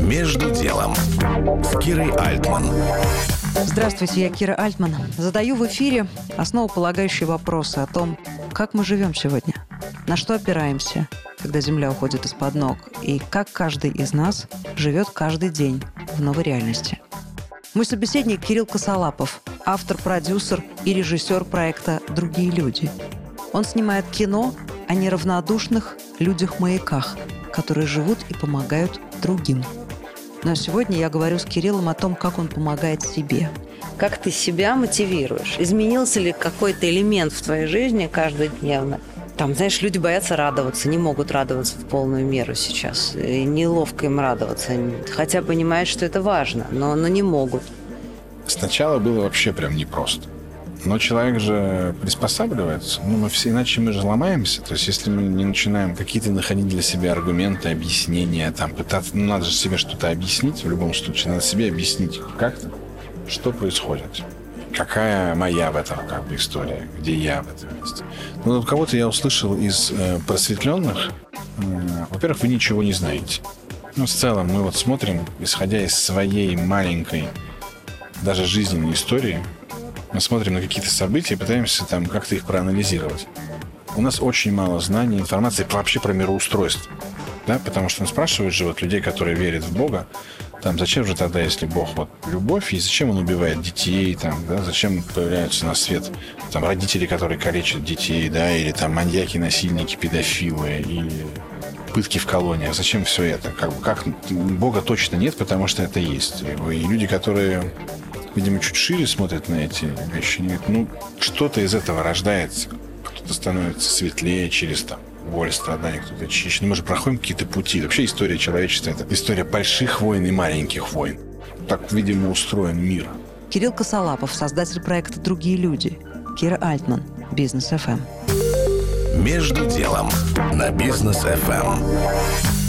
«Между делом» с Кирой Альтман. Здравствуйте, я Кира Альтман. Задаю в эфире основополагающие вопросы о том, как мы живем сегодня, на что опираемся, когда земля уходит из-под ног, и как каждый из нас живет каждый день в новой реальности. Мой собеседник Кирилл Косолапов, автор, продюсер и режиссер проекта «Другие люди». Он снимает кино о неравнодушных людях-маяках, которые живут и помогают другим. Но сегодня я говорю с Кириллом о том, как он помогает себе. Как ты себя мотивируешь? Изменился ли какой-то элемент в твоей жизни каждодневно? Там, знаешь, люди боятся радоваться, не могут радоваться в полную меру сейчас. И неловко им радоваться. Хотя понимают, что это важно, но не могут. Сначала было вообще прям непросто. Но человек же приспосабливается. Иначе мы же ломаемся. То есть, если мы не начинаем какие-то находить для себя аргументы, объяснения, пытаться... надо же себе что-то объяснить. В любом случае, надо себе объяснить как-то, что происходит. Какая моя в этом история, где я в этом месте. У кого-то я услышал из просветленных, во-первых, вы ничего не знаете. В целом, мы смотрим, исходя из своей маленькой, даже жизненной истории, мы смотрим на какие-то события и пытаемся как-то их проанализировать. У нас очень мало знаний, информации вообще про мироустройство. Да? Потому что спрашивают же людей, которые верят в Бога, зачем же тогда, если Бог любовь, и зачем Он убивает детей, зачем появляются на свет родители, которые калечат детей, или маньяки, насильники, педофилы, или пытки в колониях. Зачем все это? Как Бога точно нет, потому что это есть. И люди, которые, видимо, чуть шире смотрят на эти вещи, говорят, что-то из этого рождается. Кто-то становится светлее через боль, страдания, кто-то чище. Мы же проходим какие-то пути. Вообще история человечества – это история больших войн и маленьких войн. Так, видимо, устроен мир. Кирилл Косолапов, создатель проекта «Другие люди». Кира Альтман, Бизнес ФМ. «Между делом» на Бизнес ФМ.